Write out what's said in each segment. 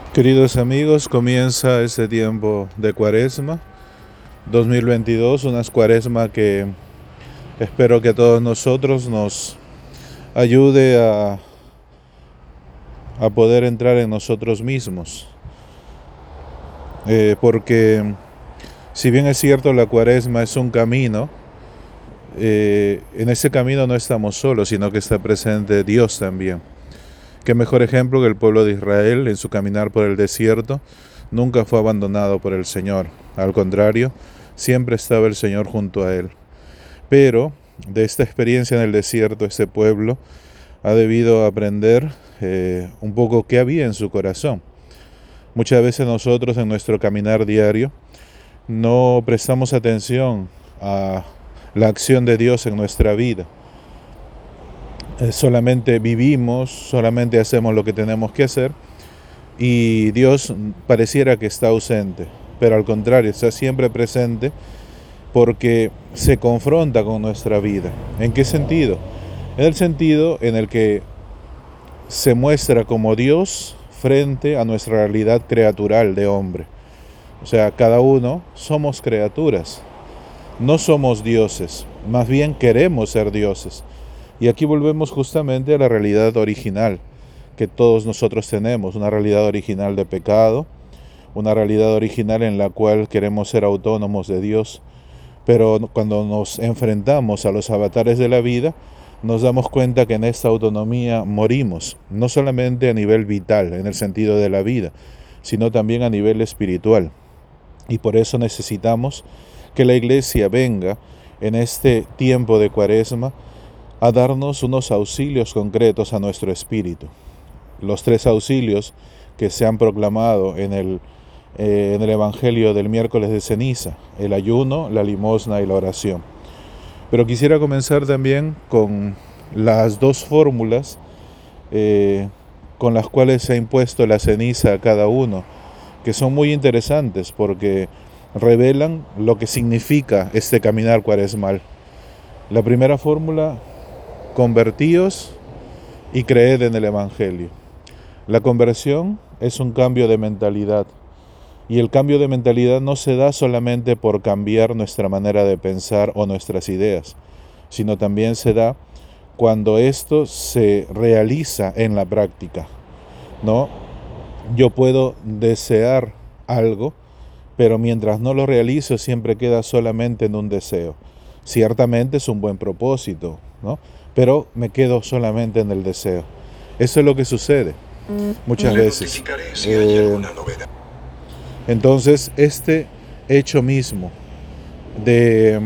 Queridos amigos, comienza este tiempo de Cuaresma 2022, una Cuaresma que espero que a todos nosotros nos ayude a poder entrar en nosotros mismos. Porque si bien es cierto la Cuaresma es un camino, en ese camino no estamos solos, sino que está presente Dios también. Qué mejor ejemplo que el pueblo de Israel en su caminar por el desierto nunca fue abandonado por el Señor. Al contrario, siempre estaba el Señor junto a él. Pero de esta experiencia en el desierto, este pueblo ha debido aprender un poco qué había en su corazón. Muchas veces nosotros en nuestro caminar diario no prestamos atención a la acción de Dios en nuestra vida. Solamente vivimos, solamente hacemos lo que tenemos que hacer y Dios pareciera que está ausente, pero al contrario, está siempre presente porque se confronta con nuestra vida. ¿En qué sentido? En el sentido en el que se muestra como Dios frente a nuestra realidad creatural de hombre. O sea, cada uno somos criaturas, no somos dioses, más bien queremos ser dioses. Y aquí volvemos justamente a la realidad original que todos nosotros tenemos, una realidad original de pecado, una realidad original en la cual queremos ser autónomos de Dios, pero cuando nos enfrentamos a los avatares de la vida, nos damos cuenta que en esta autonomía morimos, no solamente a nivel vital, en el sentido de la vida, sino también a nivel espiritual. Y por eso necesitamos que la Iglesia venga en este tiempo de Cuaresma a darnos unos auxilios concretos a nuestro espíritu. Los tres auxilios que se han proclamado en el Evangelio del miércoles de ceniza: el ayuno, la limosna y la oración. Pero quisiera comenzar también con las dos fórmulas con las cuales se ha impuesto la ceniza a cada uno, que son muy interesantes porque revelan lo que significa este caminar cuaresmal. La primera fórmula: convertíos y creed en el Evangelio. La conversión es un cambio de mentalidad, y el cambio de mentalidad no se da solamente por cambiar nuestra manera de pensar o nuestras ideas, sino también se da cuando esto se realiza en la práctica, ¿no? Yo puedo desear algo, pero mientras no lo realizo siempre queda solamente en un deseo. Ciertamente es un buen propósito, ¿no? Pero me quedo solamente en el deseo. Eso es lo que sucede muchas veces. Entonces, este hecho mismo de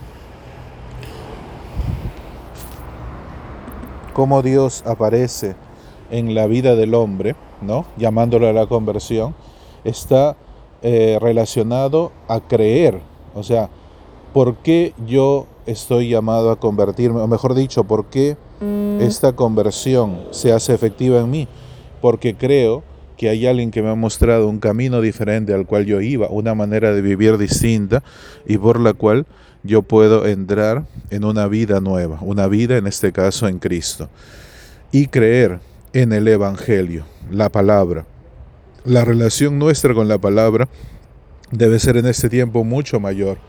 cómo Dios aparece en la vida del hombre, ¿no?, llamándolo a la conversión, está relacionado a creer. O sea, ¿por qué yo estoy llamado a convertirme? O mejor dicho, ¿por qué esta conversión se hace efectiva en mí? Porque creo que hay alguien que me ha mostrado un camino diferente al cual yo iba, una manera de vivir distinta y por la cual yo puedo entrar en una vida nueva, una vida en este caso en Cristo. Y creer en el Evangelio, la palabra. La relación nuestra con la palabra debe ser en este tiempo mucho mayor.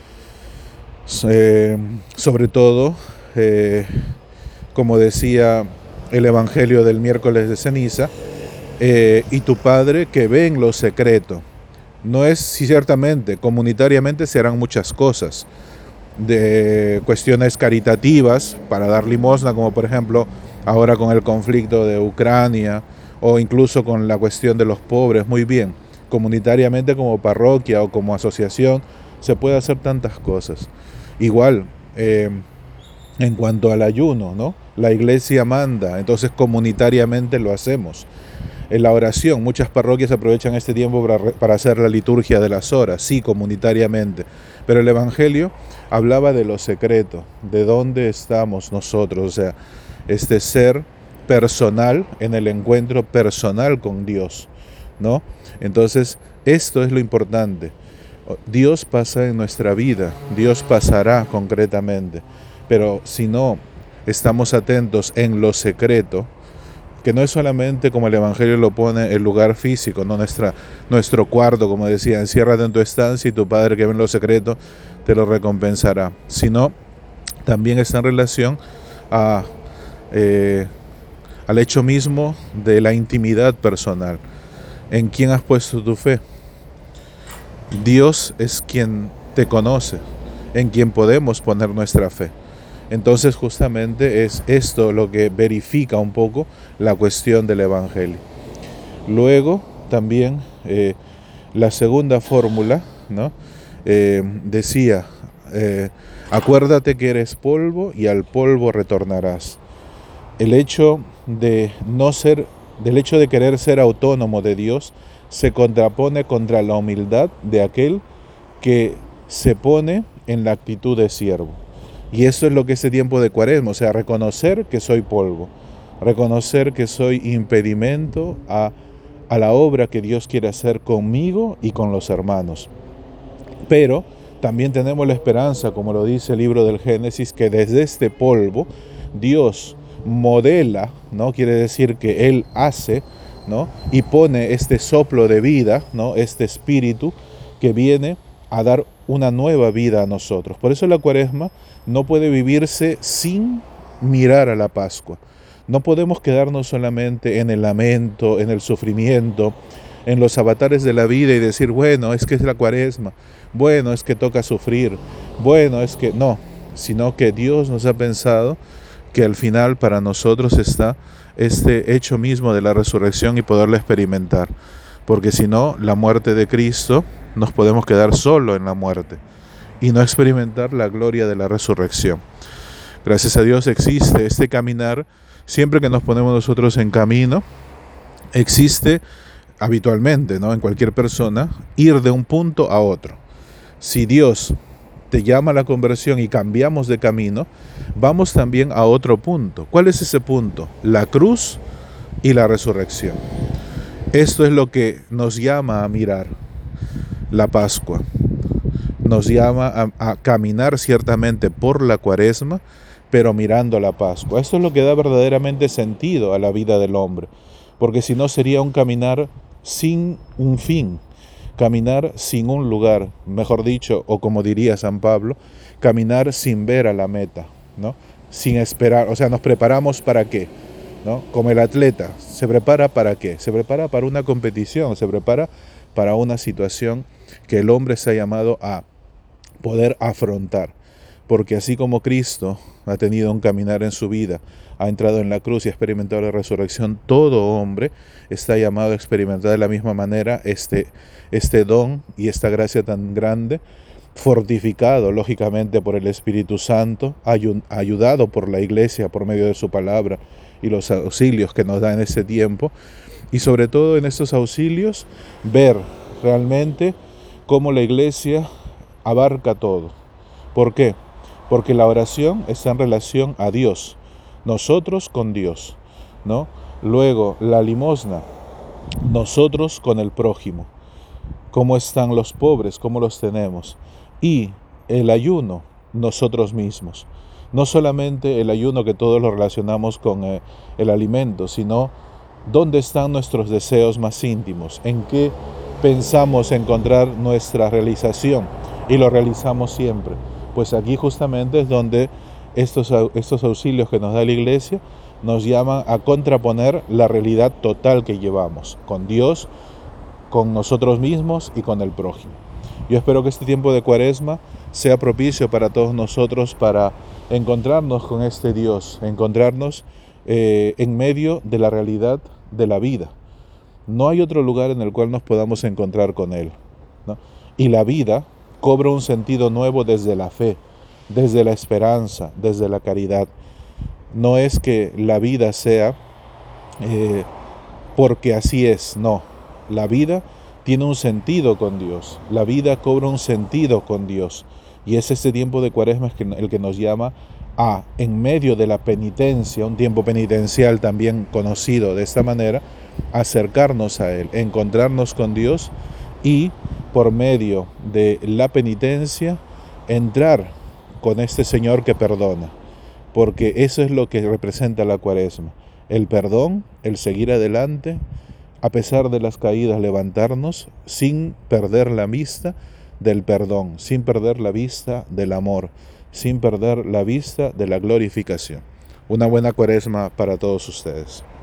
Sobre todo, como decía el Evangelio del miércoles de ceniza, y tu Padre que ve en lo secreto. No es, ciertamente, comunitariamente se harán muchas cosas, de cuestiones caritativas para dar limosna, como por ejemplo ahora con el conflicto de Ucrania, o incluso con la cuestión de los pobres. Muy bien, comunitariamente como parroquia o como asociación se puede hacer tantas cosas. Igual, en cuanto al ayuno, ¿no?, la Iglesia manda, entonces comunitariamente lo hacemos. En la oración, muchas parroquias aprovechan este tiempo para hacer la liturgia de las horas, sí, comunitariamente. Pero el Evangelio hablaba de lo secreto, de dónde estamos nosotros, o sea, este ser personal en el encuentro personal con Dios, ¿no? Entonces, esto es lo importante. Dios pasa en nuestra vida, Dios pasará concretamente, pero si no estamos atentos en lo secreto, que no es solamente como el Evangelio lo pone, el lugar físico, no nuestro cuarto, como decía, enciérrate en tu estancia y tu Padre que ve en lo secreto te lo recompensará, sino también está en relación a, al hecho mismo de la intimidad personal. ¿En quién has puesto tu fe? Dios es quien te conoce, en quien podemos poner nuestra fe. Entonces justamente es esto lo que verifica un poco la cuestión del Evangelio. Luego también la segunda fórmula, ¿no? Decía, acuérdate que eres polvo y al polvo retornarás. El hecho de no ser, del hecho de querer ser autónomo de Dios, se contrapone contra la humildad de aquel que se pone en la actitud de siervo. Y eso es lo que este tiempo de Cuaresma, o sea, reconocer que soy polvo, reconocer que soy impedimento a la obra que Dios quiere hacer conmigo y con los hermanos. Pero también tenemos la esperanza, como lo dice el libro del Génesis, que desde este polvo Dios modela, ¿no? Quiere decir que Él hace, ¿no? Y pone este soplo de vida, ¿no? Este espíritu que viene a dar una nueva vida a nosotros. Por eso la Cuaresma no puede vivirse sin mirar a la Pascua. No podemos quedarnos solamente en el lamento, en el sufrimiento, en los avatares de la vida y decir, bueno, es que es la Cuaresma, bueno, es que toca sufrir, bueno, es que no, sino que Dios nos ha pensado que al final para nosotros está este hecho mismo de la resurrección y poderlo experimentar, porque si no, la muerte de Cristo, nos podemos quedar solo en la muerte y no experimentar la gloria de la resurrección. Gracias a Dios existe este caminar. Siempre que nos ponemos nosotros en camino, existe habitualmente, ¿no? En cualquier persona, ir de un punto a otro. Si Dios te llama a la conversión y cambiamos de camino, vamos también a otro punto. ¿Cuál es ese punto? La cruz y la resurrección. Esto es lo que nos llama a mirar la Pascua. Nos llama a caminar ciertamente por la Cuaresma, pero mirando la Pascua. Esto es lo que da verdaderamente sentido a la vida del hombre, porque si no sería un caminar sin un fin, caminar sin un lugar, mejor dicho, o como diría San Pablo, caminar sin ver a la meta, ¿no? Sin esperar, o sea, nos preparamos ¿para qué? ¿No? Como el atleta, ¿se prepara para qué? Se prepara para una competición, se prepara para una situación que el hombre se ha llamado a poder afrontar. Porque así como Cristo ha tenido un caminar en su vida, ha entrado en la cruz y ha experimentado la resurrección, todo hombre está llamado a experimentar de la misma manera este don y esta gracia tan grande, fortificado lógicamente por el Espíritu Santo, ayudado por la Iglesia por medio de su palabra y los auxilios que nos da en este tiempo, y sobre todo en estos auxilios ver realmente cómo la Iglesia abarca todo. ¿Por qué? Porque la oración está en relación a Dios, nosotros con Dios, ¿no? Luego, la limosna, nosotros con el prójimo. ¿Cómo están los pobres? ¿Cómo los tenemos? Y el ayuno, nosotros mismos. No solamente el ayuno que todos lo relacionamos con el alimento, sino dónde están nuestros deseos más íntimos, en qué pensamos encontrar nuestra realización y lo realizamos siempre. Pues aquí justamente es donde estos auxilios que nos da la Iglesia nos llaman a contraponer la realidad total que llevamos con Dios, con nosotros mismos y con el prójimo. Yo espero que este tiempo de Cuaresma sea propicio para todos nosotros para encontrarnos con este Dios, encontrarnos en medio de la realidad de la vida. No hay otro lugar en el cual nos podamos encontrar con Él, ¿no? Y la vida cobra un sentido nuevo desde la fe, desde la esperanza, desde la caridad. No es que la vida sea porque así es, no. La vida tiene un sentido con Dios, la vida cobra un sentido con Dios. Y es este tiempo de Cuaresma el que nos llama a, en medio de la penitencia, un tiempo penitencial también conocido de esta manera, acercarnos a Él, encontrarnos con Dios y por medio de la penitencia entrar con este Señor que perdona, porque eso es lo que representa la Cuaresma, el perdón, el seguir adelante, a pesar de las caídas, levantarnos sin perder la vista del perdón, sin perder la vista del amor, sin perder la vista de la glorificación. Una buena Cuaresma para todos ustedes.